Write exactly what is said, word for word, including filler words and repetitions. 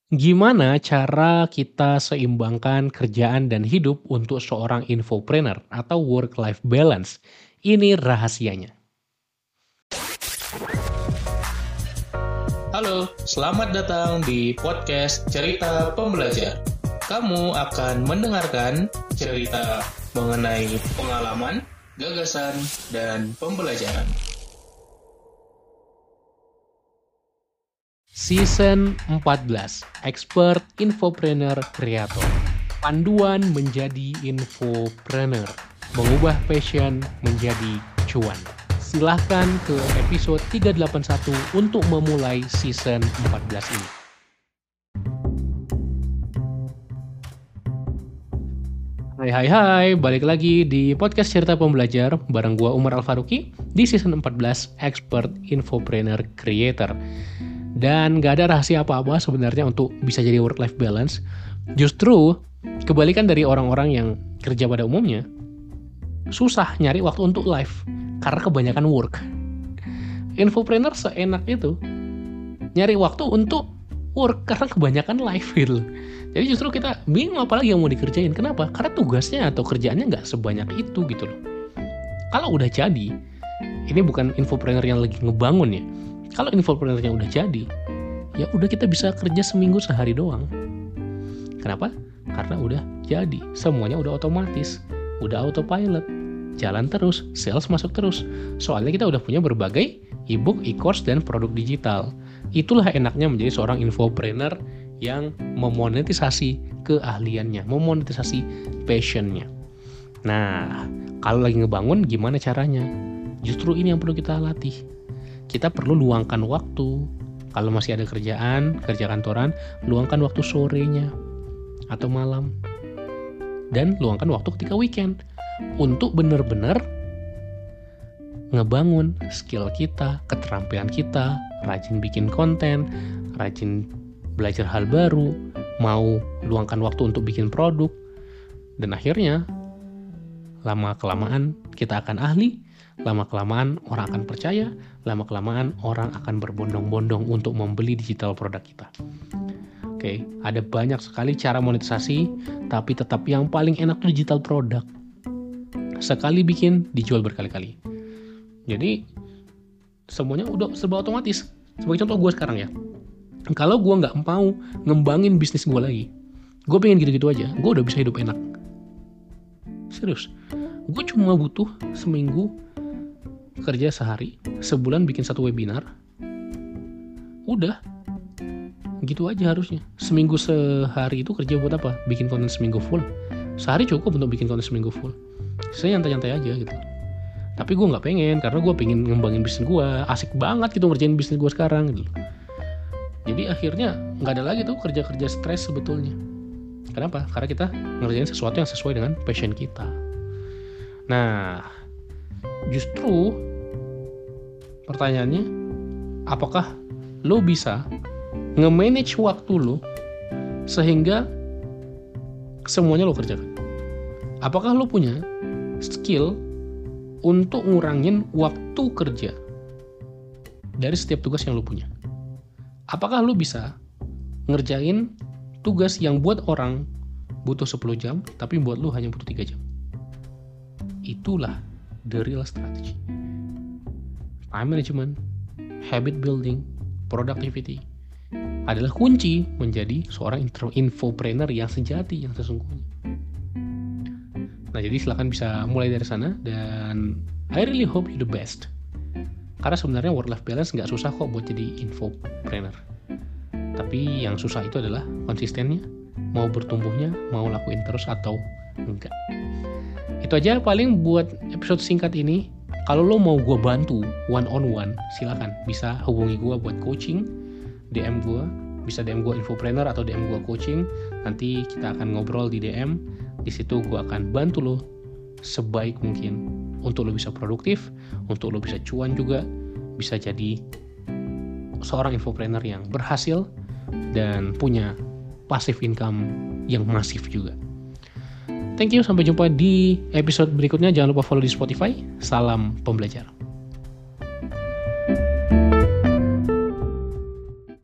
Gimana cara kita seimbangkan kerjaan dan hidup untuk seorang infopreneur atau work life balance? Ini rahasianya. Halo, selamat datang di podcast Cerita Pembelajar. Kamu akan mendengarkan cerita mengenai pengalaman, gagasan, dan pembelajaran. Season empat belas, Expert Infopreneur Creator. Panduan menjadi infopreneur. Mengubah passion menjadi cuan. Silahkan ke episode tiga delapan satu untuk memulai season empat belas ini. Hai hai hai, balik lagi di podcast Cerita Pembelajar bareng gua Umar Al-Faruqi di season empat belas Expert Infopreneur Creator. Dan gak ada rahasia apa-apa sebenarnya untuk bisa jadi work-life balance. Justru kebalikan dari orang-orang yang kerja pada umumnya, susah nyari waktu untuk live karena kebanyakan work. Infopreneur seenak itu nyari waktu untuk work karena kebanyakan live gitu. Jadi justru kita bingung apalagi yang mau dikerjain. Kenapa? Karena tugasnya atau kerjaannya gak sebanyak itu gitu loh. Kalau udah jadi, ini bukan infopreneur yang lagi ngebangun ya. Kalau infopreneurnya udah jadi, ya udah kita bisa kerja seminggu sehari doang. Kenapa? Karena udah jadi, semuanya udah otomatis, udah autopilot, jalan terus, sales masuk terus. Soalnya kita udah punya berbagai e-book, e-course, dan produk digital. Itulah enaknya menjadi seorang infopreneur yang memonetisasi keahliannya, memonetisasi passionnya. Nah, kalau lagi ngebangun gimana caranya? Justru ini yang perlu kita latih. Kita perlu luangkan waktu. Kalau masih ada kerjaan, kerja kantoran, luangkan waktu sorenya atau malam. Dan luangkan waktu ketika weekend untuk benar-benar ngebangun skill kita, keterampilan kita, rajin bikin konten, rajin belajar hal baru, mau luangkan waktu untuk bikin produk. Dan akhirnya lama-kelamaan kita akan ahli, lama-kelamaan orang akan percaya, lama-kelamaan orang akan berbondong-bondong untuk membeli digital produk kita. Oke, ada banyak sekali cara monetisasi, tapi tetap yang paling enak tuh digital produk. Sekali bikin, dijual berkali-kali. Jadi, semuanya udah serba otomatis. Sebagai contoh gue sekarang ya, kalau gue nggak mau ngembangin bisnis gue lagi, gue pengen gitu-gitu aja, gue udah bisa hidup enak. Serius, gue cuma butuh seminggu kerja sehari, sebulan bikin satu webinar, udah gitu aja harusnya. Seminggu sehari itu kerja buat apa? Bikin konten seminggu full. Sehari cukup untuk bikin konten seminggu full. Saya nyantai-nyantai aja gitu. Tapi gue nggak pengen, karena gue pengen ngembangin bisnis gue. Asik banget gitu ngerjain bisnis gue sekarang gitu. Jadi akhirnya nggak ada lagi tuh kerja-kerja stres sebetulnya. Kenapa? Karena kita ngerjain sesuatu yang sesuai dengan passion kita. Nah, justru pertanyaannya, apakah lo bisa nge-manage waktu lo sehingga semuanya lo kerjakan? Apakah lo punya skill untuk ngurangin waktu kerja dari setiap tugas yang lo punya? Apakah lo bisa ngerjain tugas yang buat orang butuh sepuluh jam, tapi buat lo hanya butuh tiga jam? Itulah the real strategy. Time management, habit building, productivity adalah kunci menjadi seorang infopreneur yang sejati, yang sesungguhnya. Nah, jadi silakan bisa mulai dari sana, dan I really hope you the best. Karena sebenarnya work-life balance nggak susah kok buat jadi infopreneur. Tapi yang susah itu adalah konsistennya, mau bertumbuhnya, mau lakuin terus atau enggak. Itu aja paling buat episode singkat ini. Kalau lo mau gue bantu one on one, silakan bisa hubungi gue buat coaching, D M gue, bisa D M gue infopreneur atau D M gue coaching. Nanti kita akan ngobrol di D M. Di situ gue akan bantu lo sebaik mungkin untuk lo bisa produktif, untuk lo bisa cuan juga, bisa jadi seorang infopreneur yang berhasil dan punya passive income yang masif juga. Thank you, sampai jumpa di episode berikutnya. Jangan lupa follow di Spotify. Salam pembelajar.